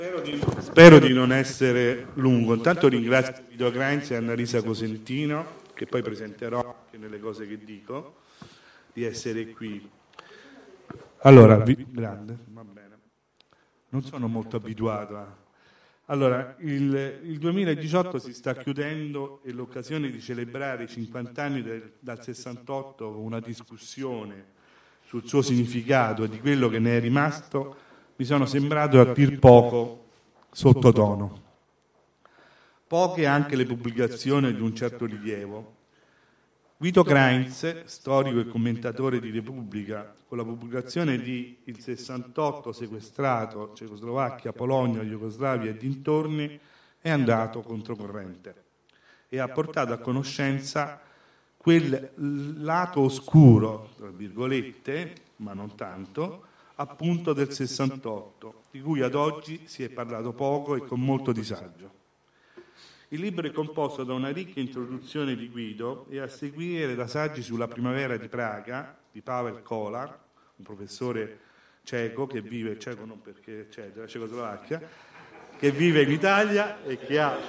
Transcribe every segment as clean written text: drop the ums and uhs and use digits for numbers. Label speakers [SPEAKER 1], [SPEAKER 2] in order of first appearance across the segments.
[SPEAKER 1] Spero di non essere lungo. Intanto ringrazio Guido Grainz e Annalisa Cosentino, che poi presenterò anche nelle cose che dico, di essere qui. Allora, grande, va bene. Non sono molto abituato a... Allora, il 2018 si sta chiudendo e l'occasione di celebrare i 50 anni dal 68 con una discussione sul suo significato e di quello che ne è rimasto mi sono sembrato a dir poco sottotono. Poche anche le pubblicazioni di un certo rilievo. Guido Grainz, storico e commentatore di Repubblica, con la pubblicazione di Il 68 sequestrato, Cecoslovacchia, Polonia, Jugoslavia e dintorni, è andato controcorrente e ha portato a conoscenza quel lato oscuro, tra virgolette, ma non tanto, appunto del 68, di cui ad oggi si è parlato poco e con molto disagio. Il libro è composto da una ricca introduzione di Guido e a seguire da saggi sulla primavera di Praga di Pavel Kolar, un professore ceco che vive, ceco non perché c'è della Cecoslovacchia, che vive in Italia e che ha...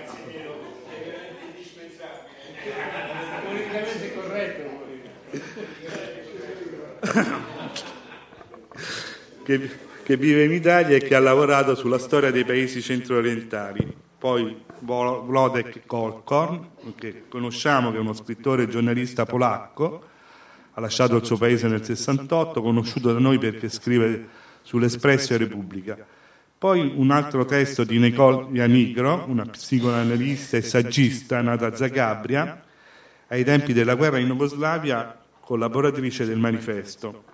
[SPEAKER 2] Politicamente corretto.
[SPEAKER 1] Che vive in Italia e che ha lavorato sulla storia dei paesi centro-orientali. Poi Włodek Kolkorn, che conosciamo, che è uno scrittore e giornalista polacco, ha lasciato il suo paese nel 68, conosciuto da noi perché scrive sull'Espresso e Repubblica. Poi un altro testo di Nicole Janigro, una psicoanalista e saggista nata a Zagabria, ai tempi della guerra in Jugoslavia, collaboratrice del Manifesto.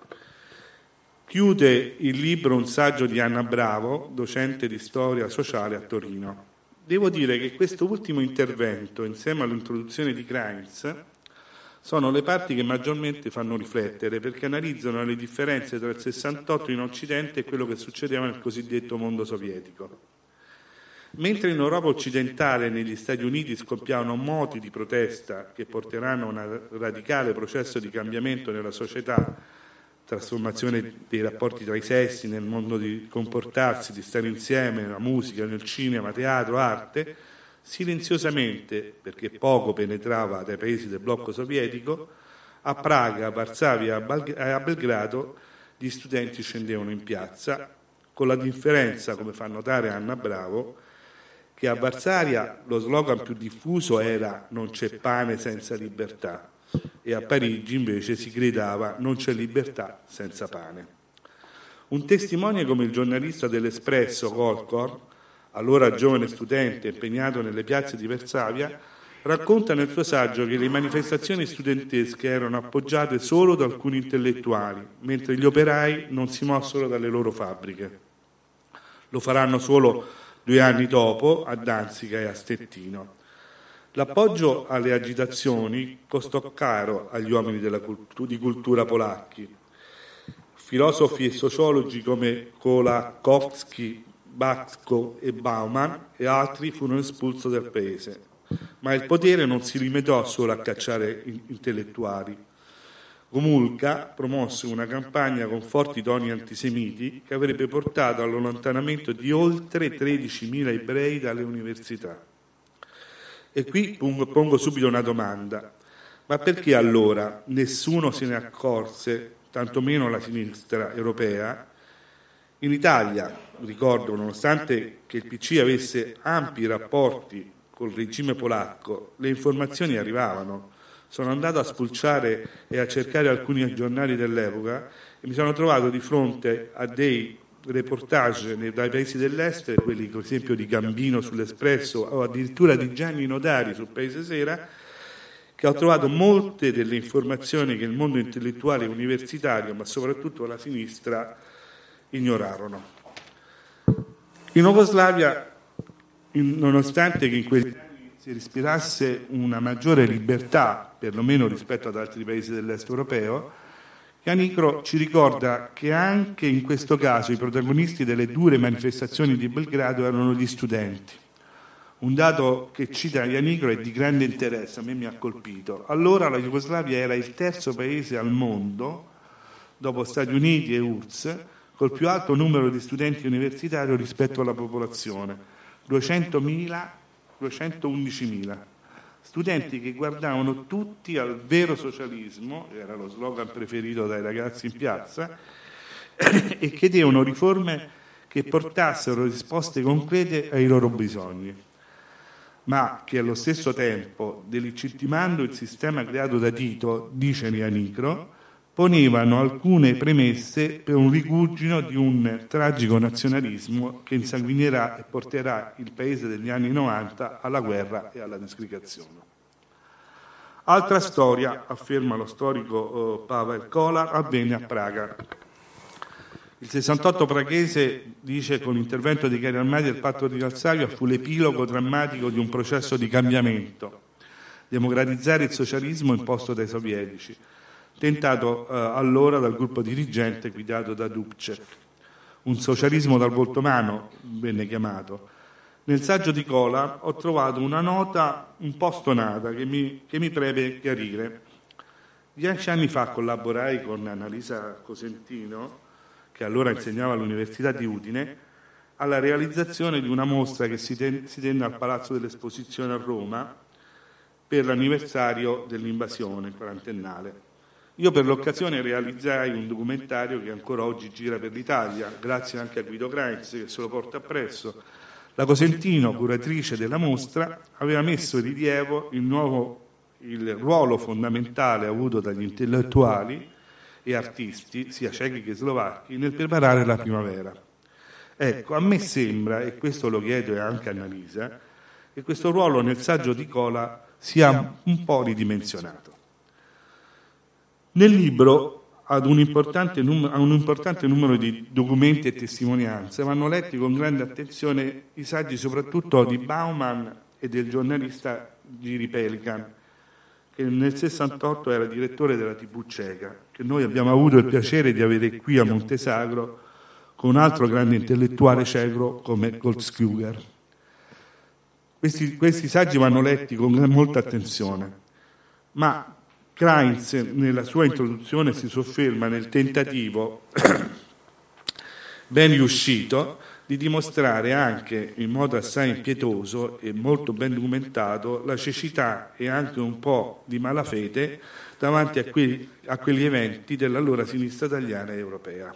[SPEAKER 1] Chiude il libro un saggio di Anna Bravo, docente di storia sociale a Torino. Devo dire che questo ultimo intervento, insieme all'introduzione di Grainz, sono le parti che maggiormente fanno riflettere, perché analizzano le differenze tra il 68 in Occidente e quello che succedeva nel cosiddetto mondo sovietico. Mentre in Europa occidentale e negli Stati Uniti scoppiavano moti di protesta che porteranno a un radicale processo di cambiamento nella società, trasformazione dei rapporti tra i sessi, nel modo di comportarsi, di stare insieme, nella musica, nel cinema, teatro, arte, silenziosamente, perché poco penetrava dai paesi del blocco sovietico, a Praga, a Varsavia e a Belgrado gli studenti scendevano in piazza, con la differenza, come fa notare Anna Bravo, che a Varsavia lo slogan più diffuso era «Non c'è pane senza libertà», e a Parigi invece si gridava «Non c'è libertà senza pane». Un testimone come il giornalista dell'Espresso Kolkorn, allora giovane studente impegnato nelle piazze di Varsavia, racconta nel suo saggio che le manifestazioni studentesche erano appoggiate solo da alcuni intellettuali, mentre gli operai non si mossero dalle loro fabbriche. Lo faranno solo 2 anni dopo a Danzica e a Stettino. L'appoggio alle agitazioni costò caro agli uomini di cultura polacchi. Filosofi e sociologi come Kolakowski, Backo e Bauman e altri furono espulsi dal paese. Ma il potere non si limitò solo a cacciare intellettuali. Gomulka promosse una campagna con forti toni antisemiti che avrebbe portato all'allontanamento di oltre 13.000 ebrei dalle università. E qui pongo subito una domanda: ma perché allora nessuno se ne accorse, tantomeno la sinistra europea? In Italia, ricordo, nonostante che il PC avesse ampi rapporti col regime polacco, le informazioni arrivavano. Sono andato a spulciare e a cercare alcuni giornali dell'epoca e mi sono trovato di fronte a dei reportage dai paesi dell'est, quelli per esempio di Gambino sull'Espresso o addirittura di Gianni Nodari sul Paese Sera, che ho trovato molte delle informazioni che il mondo intellettuale e universitario, ma soprattutto la sinistra, ignorarono. In Jugoslavia, nonostante che in quegli anni si respirasse una maggiore libertà, perlomeno rispetto ad altri paesi dell'est europeo, Janigro ci ricorda che anche in questo caso i protagonisti delle dure manifestazioni di Belgrado erano gli studenti. Un dato che cita Janigro è di grande interesse, a me mi ha colpito. Allora la Jugoslavia era il terzo paese al mondo, dopo Stati Uniti e URSS, col più alto numero di studenti universitari rispetto alla popolazione, 211.000. Studenti che guardavano tutti al vero socialismo, era lo slogan preferito dai ragazzi in piazza, e chiedevano riforme che portassero risposte concrete ai loro bisogni, ma che allo stesso tempo, delegittimando il sistema creato da Tito, dice Rianicro, ponevano alcune premesse per un rigurgito di un tragico nazionalismo che insanguinerà e porterà il paese degli anni 90 alla guerra e alla disgregazione. Altra storia, afferma lo storico Pavel Kolar, avvenne a Praga. Il 68 praghese, dice, con l'intervento dei carri armati del patto di Varsavia, fu l'epilogo drammatico di un processo di cambiamento, democratizzare il socialismo imposto dai sovietici, tentato allora dal gruppo dirigente guidato da Dubček. Un socialismo dal volto umano venne chiamato. Nel saggio di Kolar ho trovato una nota un po' stonata che mi preme chiarire. 10 anni fa collaborai con Annalisa Cosentino, che allora insegnava all'Università di Udine, alla realizzazione di una mostra che si tenne al Palazzo dell'Esposizione a Roma per l'anniversario dell'invasione quarantennale. Io per l'occasione realizzai un documentario che ancora oggi gira per l'Italia, grazie anche a Guido Kreitz che se lo porta appresso. La Cosentino, curatrice della mostra, aveva messo in rilievo il ruolo fondamentale avuto dagli intellettuali e artisti, sia cechi che slovacchi, nel preparare la primavera. Ecco, a me sembra, e questo lo chiedo anche a Annalisa, che questo ruolo nel saggio di Kolar sia un po' ridimensionato. Nel libro, ad un importante numero di documenti e testimonianze, vanno letti con grande attenzione i saggi soprattutto di Bauman e del giornalista Giri Pelikan, che nel 68 era direttore della TV ceca, che noi abbiamo avuto il piacere di avere qui a Montesagro con un altro grande intellettuale ceco come Goldskjuger. Questi saggi vanno letti con molta attenzione, ma Kreitz nella sua introduzione si sofferma nel tentativo ben riuscito di dimostrare anche in modo assai impietoso e molto ben documentato la cecità e anche un po' di malafede davanti a quegli eventi dell'allora sinistra italiana e europea.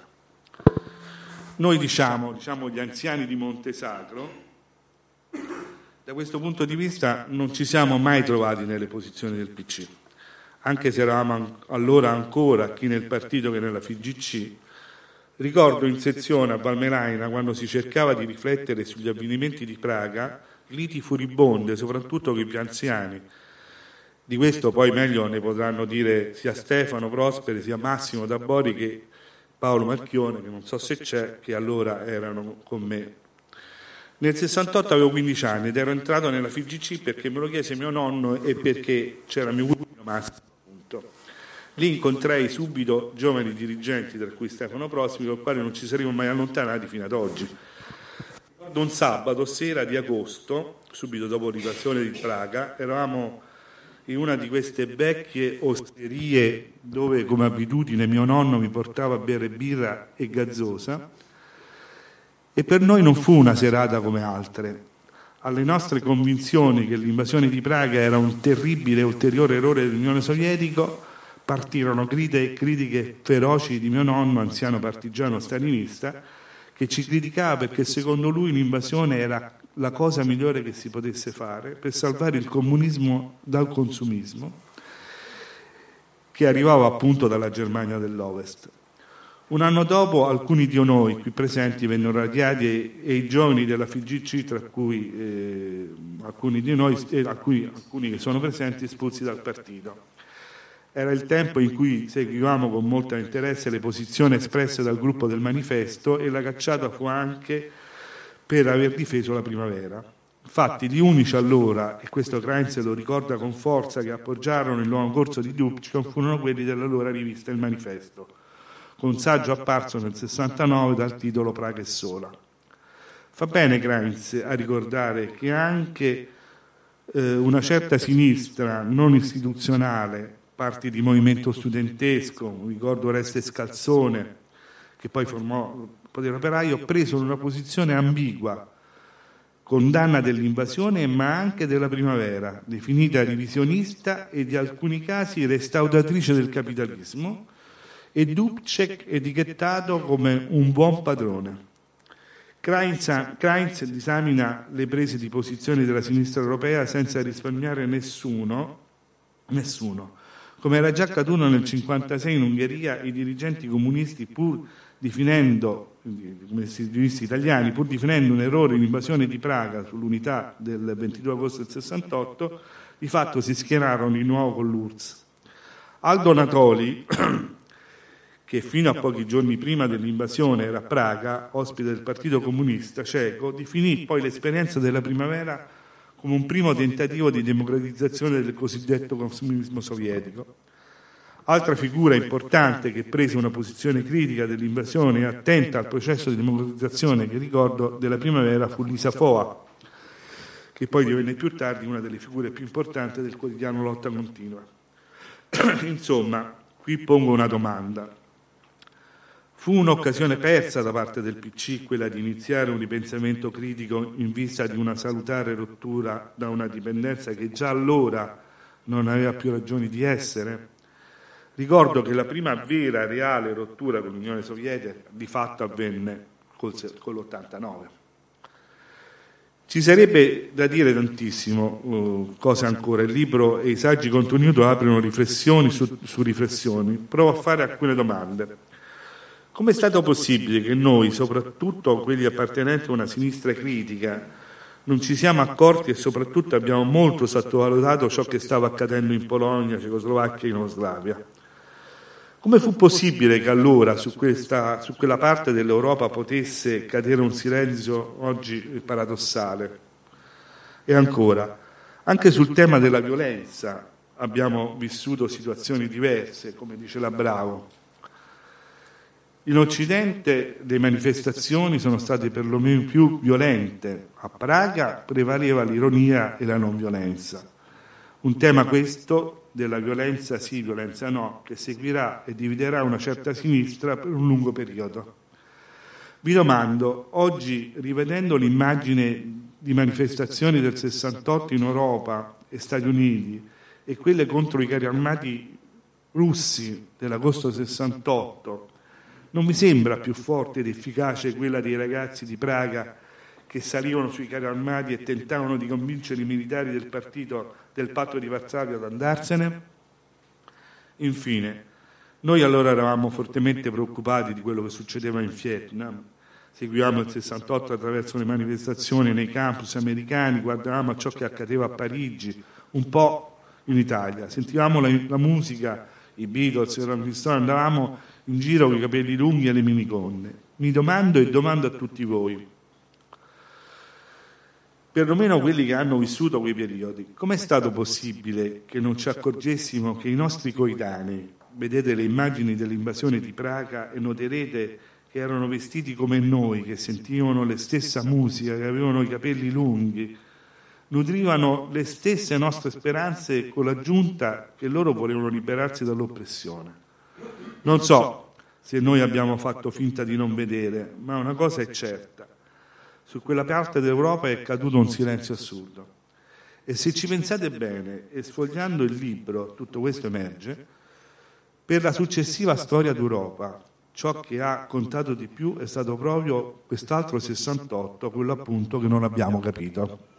[SPEAKER 1] Noi diciamo gli anziani di Montesagro, da questo punto di vista non ci siamo mai trovati nelle posizioni del PC. Anche se eravamo allora ancora chi nel partito che nella FIGC, ricordo in sezione a Valmeraina, quando si cercava di riflettere sugli avvenimenti di Praga, liti furibonde, soprattutto con i più anziani. Di questo poi meglio ne potranno dire sia Stefano Prosperi, sia Massimo Dabori che Paolo Marchione, che non so se c'è, che allora erano con me. Nel 68 avevo 15 anni ed ero entrato nella FIGC perché me lo chiese mio nonno e perché c'era mio cugino Massimo. Lì incontrai subito giovani dirigenti, tra cui Stefano Prosperi, con il quale non ci saremmo mai allontanati fino ad oggi. Ricordo un sabato sera di agosto, subito dopo l'invasione di Praga, eravamo in una di queste vecchie osterie dove, come abitudine, mio nonno mi portava a bere birra e gazzosa, e per noi non fu una serata come altre. Alle nostre convinzioni che l'invasione di Praga era un terribile e ulteriore errore dell'Unione Sovietica partirono critiche feroci di mio nonno, anziano partigiano stalinista, che ci criticava perché secondo lui l'invasione era la cosa migliore che si potesse fare per salvare il comunismo dal consumismo, che arrivava appunto dalla Germania dell'Ovest. Un anno dopo alcuni di noi qui presenti vennero radiati e i giovani della FIGC, tra cui alcuni di noi e alcuni che sono presenti, espulsi dal partito. Era il tempo in cui seguivamo con molto interesse le posizioni espresse dal gruppo del Manifesto e la cacciata fu anche per aver difeso la primavera. Infatti gli unici allora, e questo Kreitz lo ricorda con forza, che appoggiarono il nuovo corso di Dubček furono quelli dell'allora rivista Il Manifesto, con un saggio apparso nel 69 dal titolo Praga è sola. Fa bene Kreitz a ricordare che anche una certa sinistra non istituzionale, parti di movimento studentesco, ricordo Oreste Scalzone, che poi formò il Potere Operaio, presero una posizione ambigua, condanna dell'invasione ma anche della primavera, definita revisionista e in alcuni casi restauratrice del capitalismo, e Dubček etichettato come un buon padrone. Kreins disamina le prese di posizione della sinistra europea senza risparmiare nessuno. Come era già accaduto nel 1956 in Ungheria, i dirigenti comunisti, italiani, pur definendo un errore l'invasione di Praga sull'unità del 22 agosto del 68, di fatto si schierarono di nuovo con l'URSS. Aldo Natoli, che fino a pochi giorni prima dell'invasione era a Praga, ospite del Partito Comunista Ceco, definì poi l'esperienza della primavera come un primo tentativo di democratizzazione del cosiddetto comunismo sovietico. Altra figura importante che prese una posizione critica dell'invasione e attenta al processo di democratizzazione che ricordo della primavera fu Lisa Foa, che poi divenne più tardi una delle figure più importanti del quotidiano Lotta Continua. Insomma, qui pongo una domanda. Fu un'occasione persa da parte del PC quella di iniziare un ripensamento critico in vista di una salutare rottura da una dipendenza che già allora non aveva più ragioni di essere? Ricordo che la prima vera, reale rottura con l'Unione Sovietica di fatto avvenne con l'89. Ci sarebbe da dire tantissimo, cose ancora. Il libro e i saggi contenuti aprono riflessioni su riflessioni. Provo a fare alcune domande. Come è stato possibile che noi, soprattutto quelli appartenenti a una sinistra critica, non ci siamo accorti e soprattutto abbiamo molto sottovalutato ciò che stava accadendo in Polonia, Cecoslovacchia e Jugoslavia? Come fu possibile che allora su quella parte dell'Europa potesse cadere un silenzio oggi paradossale? E ancora, anche sul tema della violenza abbiamo vissuto situazioni diverse, come dice la Bravo. In Occidente le manifestazioni sono state perlomeno più violente. A Praga prevaleva l'ironia e la non violenza. Un tema questo della violenza sì, violenza no, che seguirà e dividerà una certa sinistra per un lungo periodo. Vi domando, oggi rivedendo l'immagine di manifestazioni del 68 in Europa e Stati Uniti e quelle contro i carri armati russi dell'agosto 68, non mi sembra più forte ed efficace quella dei ragazzi di Praga che salivano sui carri armati e tentavano di convincere i militari del patto di Varsavia ad andarsene? Infine, noi allora eravamo fortemente preoccupati di quello che succedeva in Vietnam. Seguivamo il 68 attraverso le manifestazioni nei campus americani, guardavamo a ciò che accadeva a Parigi, un po' in Italia. Sentivamo la musica, i Beatles, i Rolling Stones, andavamo in giro con i capelli lunghi e le minigonne. Mi domando e domando a tutti voi, perlomeno quelli che hanno vissuto quei periodi, com'è stato possibile che non ci accorgessimo che i nostri coetanei, vedete le immagini dell'invasione di Praga e noterete che erano vestiti come noi, che sentivano la stessa musica, che avevano i capelli lunghi, nutrivano le stesse nostre speranze con l'aggiunta che loro volevano liberarsi dall'oppressione. Non so se noi abbiamo fatto finta di non vedere, ma una cosa è certa. Su quella parte d'Europa è caduto un silenzio assurdo. E se ci pensate bene, e sfogliando il libro, tutto questo emerge, per la successiva storia d'Europa, ciò che ha contato di più è stato proprio quest'altro 68, quello appunto che non abbiamo capito.